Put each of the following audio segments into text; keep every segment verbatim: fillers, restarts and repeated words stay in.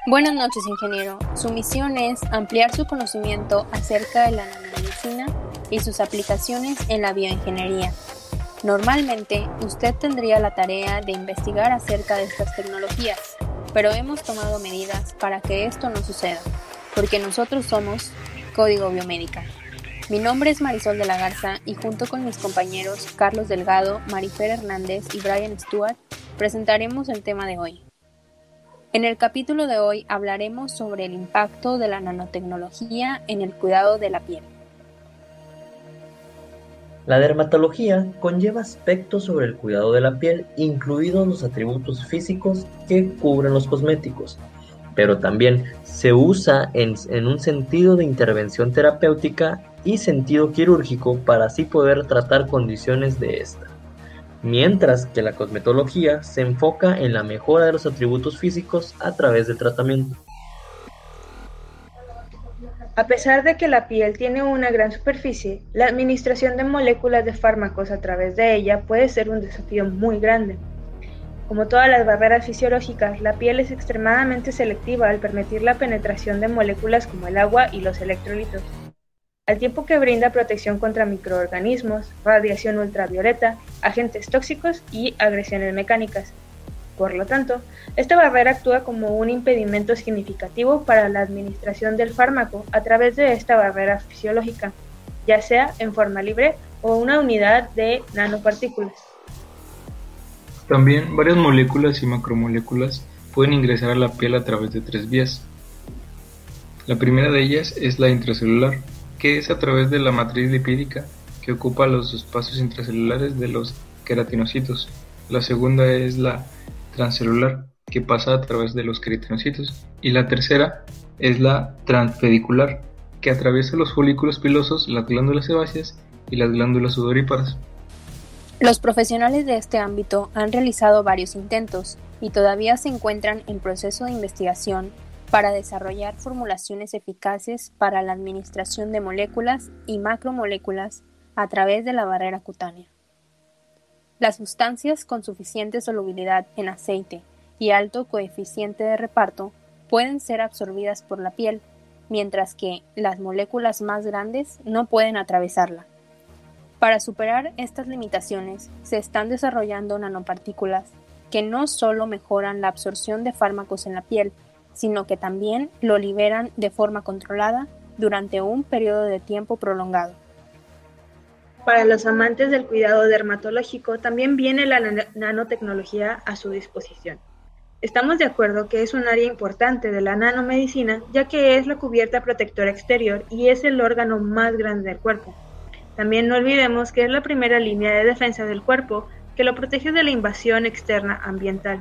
Buenas noches, ingeniero. Su misión es ampliar su conocimiento acerca de la nanomedicina y sus aplicaciones en la bioingeniería. Normalmente, usted tendría la tarea de investigar acerca de estas tecnologías, pero hemos tomado medidas para que esto no suceda, porque nosotros somos Código Biomédica. Mi nombre es Marisol de la Garza y junto con mis compañeros Carlos Delgado, Marifer Hernández y Brian Stewart, presentaremos el tema de hoy. En el capítulo de hoy hablaremos sobre el impacto de la nanotecnología en el cuidado de la piel. La dermatología conlleva aspectos sobre el cuidado de la piel, incluidos los atributos físicos que cubren los cosméticos, pero también se usa en, en un sentido de intervención terapéutica y sentido quirúrgico para así poder tratar condiciones de esta. Mientras que la cosmetología se enfoca en la mejora de los atributos físicos a través del tratamiento. A pesar de que la piel tiene una gran superficie, la administración de moléculas de fármacos a través de ella puede ser un desafío muy grande. Como todas las barreras fisiológicas, la piel es extremadamente selectiva al permitir la penetración de moléculas como el agua y los electrolitos, al tiempo que brinda protección contra microorganismos, radiación ultravioleta, agentes tóxicos y agresiones mecánicas. Por lo tanto, esta barrera actúa como un impedimento significativo para la administración del fármaco a través de esta barrera fisiológica, ya sea en forma libre o una unidad de nanopartículas. También varias moléculas y macromoléculas pueden ingresar a la piel a través de tres vías. La primera de ellas es la intracelular, que es a través de la matriz lipídica que ocupa los espacios intracelulares de los queratinocitos. La segunda es la transcelular, que pasa a través de los queratinocitos. Y la tercera es la transpedicular, que atraviesa los folículos pilosos, las glándulas sebáceas y las glándulas sudoríparas. Los profesionales de este ámbito han realizado varios intentos y todavía se encuentran en proceso de investigación para desarrollar formulaciones eficaces para la administración de moléculas y macromoléculas a través de la barrera cutánea. Las sustancias con suficiente solubilidad en aceite y alto coeficiente de reparto pueden ser absorbidas por la piel, mientras que las moléculas más grandes no pueden atravesarla. Para superar estas limitaciones, se están desarrollando nanopartículas que no solo mejoran la absorción de fármacos en la piel, sino que también lo liberan de forma controlada durante un periodo de tiempo prolongado. Para los amantes del cuidado dermatológico, también viene la nan- nanotecnología a su disposición. Estamos de acuerdo que es un área importante de la nanomedicina, ya que es la cubierta protectora exterior y es el órgano más grande del cuerpo. También no olvidemos que es la primera línea de defensa del cuerpo que lo protege de la invasión externa ambiental.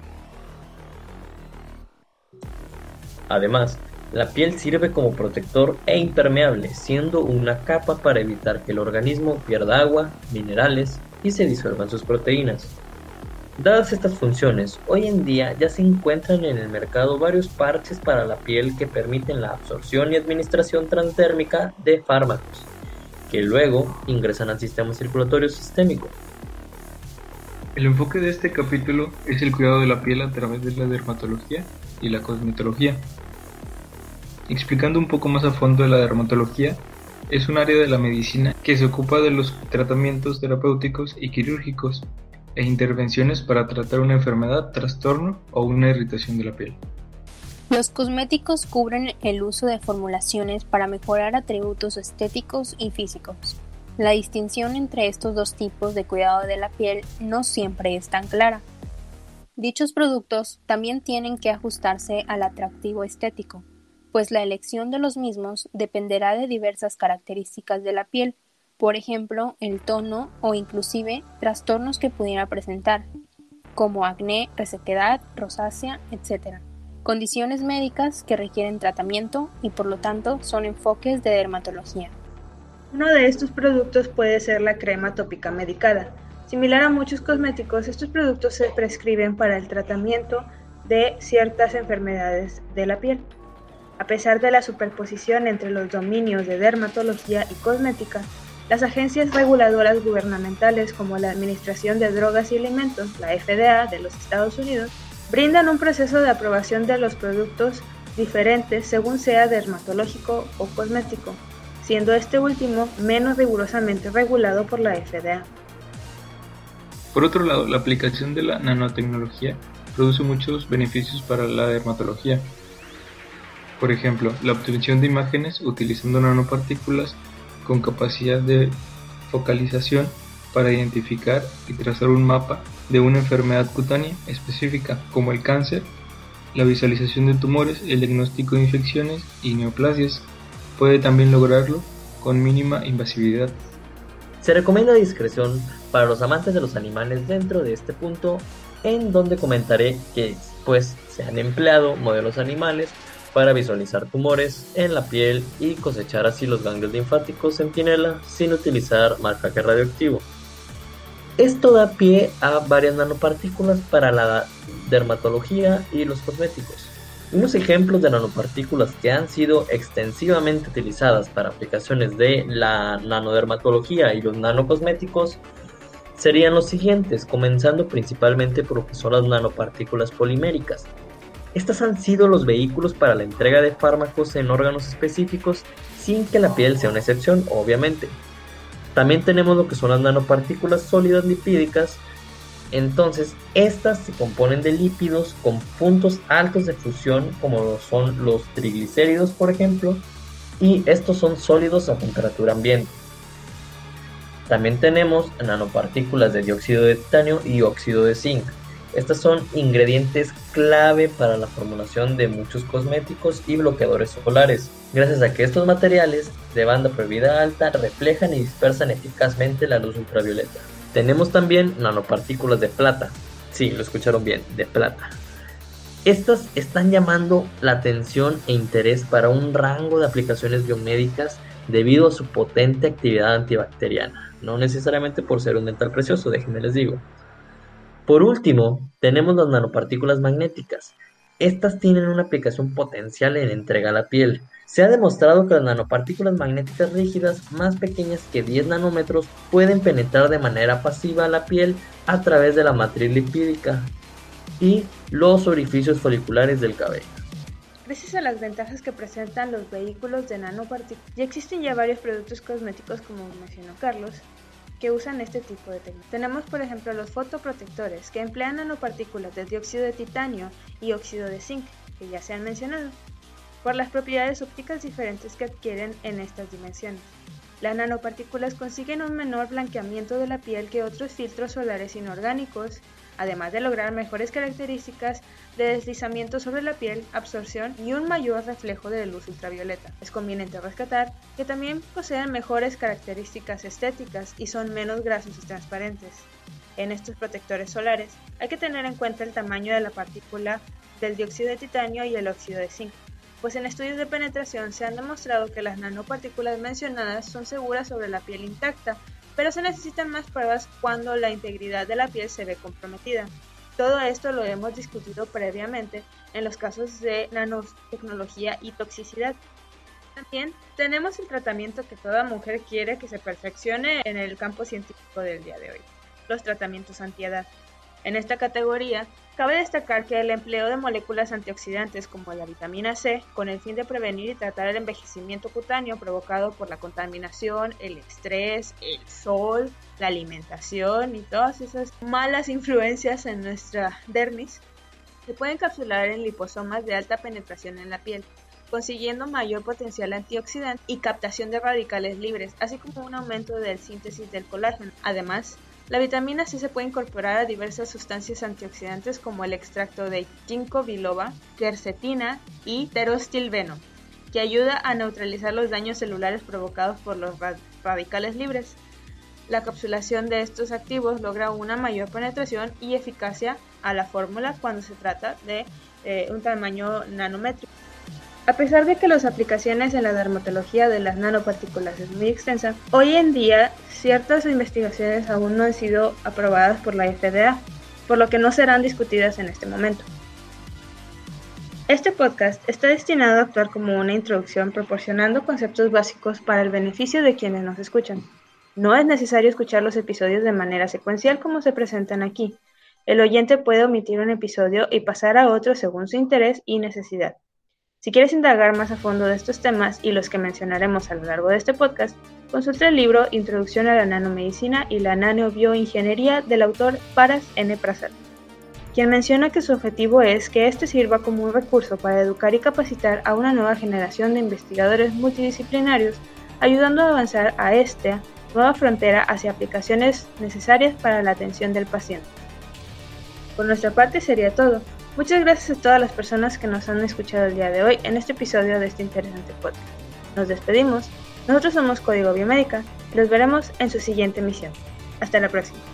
Además, la piel sirve como protector e impermeable, siendo una capa para evitar que el organismo pierda agua, minerales y se disuelvan sus proteínas. Dadas estas funciones, hoy en día ya se encuentran en el mercado varios parches para la piel que permiten la absorción y administración transdérmica de fármacos, que luego ingresan al sistema circulatorio sistémico. El enfoque de este capítulo es el cuidado de la piel a través de la dermatología y la cosmetología. Explicando un poco más a fondo de la dermatología, es un área de la medicina que se ocupa de los tratamientos terapéuticos y quirúrgicos e intervenciones para tratar una enfermedad, trastorno o una irritación de la piel. Los cosméticos cubren el uso de formulaciones para mejorar atributos estéticos y físicos. La distinción entre estos dos tipos de cuidado de la piel no siempre es tan clara. Dichos productos también tienen que ajustarse al atractivo estético, pues la elección de los mismos dependerá de diversas características de la piel, por ejemplo, el tono o inclusive trastornos que pudiera presentar, como acné, resequedad, rosácea, etcétera. Condiciones médicas que requieren tratamiento y por lo tanto son enfoques de dermatología. Uno de estos productos puede ser la crema tópica medicada. Similar a muchos cosméticos, estos productos se prescriben para el tratamiento de ciertas enfermedades de la piel. A pesar de la superposición entre los dominios de dermatología y cosmética, las agencias reguladoras gubernamentales como la Administración de Drogas y Alimentos, la F D A de los Estados Unidos, Brindan un proceso de aprobación de los productos diferentes según sea dermatológico o cosmético, siendo este último menos rigurosamente regulado por la F D A. Por otro lado, la aplicación de la nanotecnología produce muchos beneficios para la dermatología. Por ejemplo, la obtención de imágenes utilizando nanopartículas con capacidad de focalización para identificar y trazar un mapa de una enfermedad cutánea específica, como el cáncer, la visualización de tumores, el diagnóstico de infecciones y neoplasias. Puede también lograrlo con mínima invasividad. Se recomienda discreción para los amantes de los animales dentro de este punto, en donde comentaré que pues se han empleado modelos animales para visualizar tumores en la piel y cosechar así los ganglios linfáticos centinela sin utilizar marcaje radioactivo. Esto da pie a varias nanopartículas para la dermatología y los cosméticos. Unos ejemplos de nanopartículas que han sido extensivamente utilizadas para aplicaciones de la nanodermatología y los nanocosméticos serían los siguientes, comenzando principalmente por lo que son las nanopartículas poliméricas. Estas han sido los vehículos para la entrega de fármacos en órganos específicos, sin que la piel sea una excepción, obviamente. También tenemos lo que son las nanopartículas sólidas lipídicas. Entonces, estas se componen de lípidos con puntos altos de fusión, como lo son los triglicéridos, por ejemplo, y estos son sólidos a temperatura ambiente. También tenemos nanopartículas de dióxido de titanio y óxido de zinc. Estas son ingredientes clave para la formulación de muchos cosméticos y bloqueadores solares, gracias a que estos materiales de banda prohibida alta reflejan y dispersan eficazmente la luz ultravioleta. Tenemos también nanopartículas de plata. Sí, lo escucharon bien, de plata. Estas están llamando la atención e interés para un rango de aplicaciones biomédicas debido a su potente actividad antibacteriana, no necesariamente por ser un metal precioso, déjenme les digo. Por último, tenemos las nanopartículas magnéticas. Estas tienen una aplicación potencial en entrega a la piel. Se ha demostrado que las nanopartículas magnéticas rígidas más pequeñas que diez nanómetros pueden penetrar de manera pasiva a la piel a través de la matriz lipídica y los orificios foliculares del cabello. Gracias a las ventajas que presentan los vehículos de nanopartículas, ya existen ya varios productos cosméticos, como mencionó Carlos, que usan este tipo de técnica. Tenemos por ejemplo los fotoprotectores, que emplean nanopartículas de dióxido de titanio y óxido de zinc, que ya se han mencionado, por las propiedades ópticas diferentes que adquieren en estas dimensiones. Las nanopartículas consiguen un menor blanqueamiento de la piel que otros filtros solares inorgánicos, además de lograr mejores características de deslizamiento sobre la piel, absorción y un mayor reflejo de luz ultravioleta. Es conveniente rescatar que también poseen mejores características estéticas y son menos grasos y transparentes. En estos protectores solares hay que tener en cuenta el tamaño de la partícula del dióxido de titanio y el óxido de zinc, pues en estudios de penetración se han demostrado que las nanopartículas mencionadas son seguras sobre la piel intacta, pero se necesitan más pruebas cuando la integridad de la piel se ve comprometida. Todo esto lo hemos discutido previamente en los casos de nanotecnología y toxicidad. También tenemos el tratamiento que toda mujer quiere que se perfeccione en el campo científico del día de hoy, los tratamientos antiedad. En esta categoría, cabe destacar que el empleo de moléculas antioxidantes como la vitamina C, con el fin de prevenir y tratar el envejecimiento cutáneo provocado por la contaminación, el estrés, el sol, la alimentación y todas esas malas influencias en nuestra dermis, se puede encapsular en liposomas de alta penetración en la piel, consiguiendo mayor potencial antioxidante y captación de radicales libres, así como un aumento de la síntesis del colágeno. Además, la vitamina C se puede incorporar a diversas sustancias antioxidantes como el extracto de ginkgo biloba, quercetina y pterostilbeno, que ayuda a neutralizar los daños celulares provocados por los rad- radicales libres. La capsulación de estos activos logra una mayor penetración y eficacia a la fórmula cuando se trata de eh, un tamaño nanométrico. A pesar de que las aplicaciones en la dermatología de las nanopartículas es muy extensa, hoy en día ciertas investigaciones aún no han sido aprobadas por la F D A, por lo que no serán discutidas en este momento. Este podcast está destinado a actuar como una introducción proporcionando conceptos básicos para el beneficio de quienes nos escuchan. No es necesario escuchar los episodios de manera secuencial como se presentan aquí, El oyente puede omitir un episodio y pasar a otro según su interés y necesidad. Si quieres indagar más a fondo de estos temas y los que mencionaremos a lo largo de este podcast, consulta el libro Introducción a la nanomedicina y la nanobioingeniería del autor Paras N. Prasad, quien menciona que su objetivo es que este sirva como un recurso para educar y capacitar a una nueva generación de investigadores multidisciplinarios, ayudando a avanzar a esta nueva frontera hacia aplicaciones necesarias para la atención del paciente. Por nuestra parte sería todo. Muchas gracias a todas las personas que nos han escuchado el día de hoy en este episodio de este interesante podcast. Nos despedimos. Nosotros somos Código Biomédica y los veremos en su siguiente emisión. Hasta la próxima.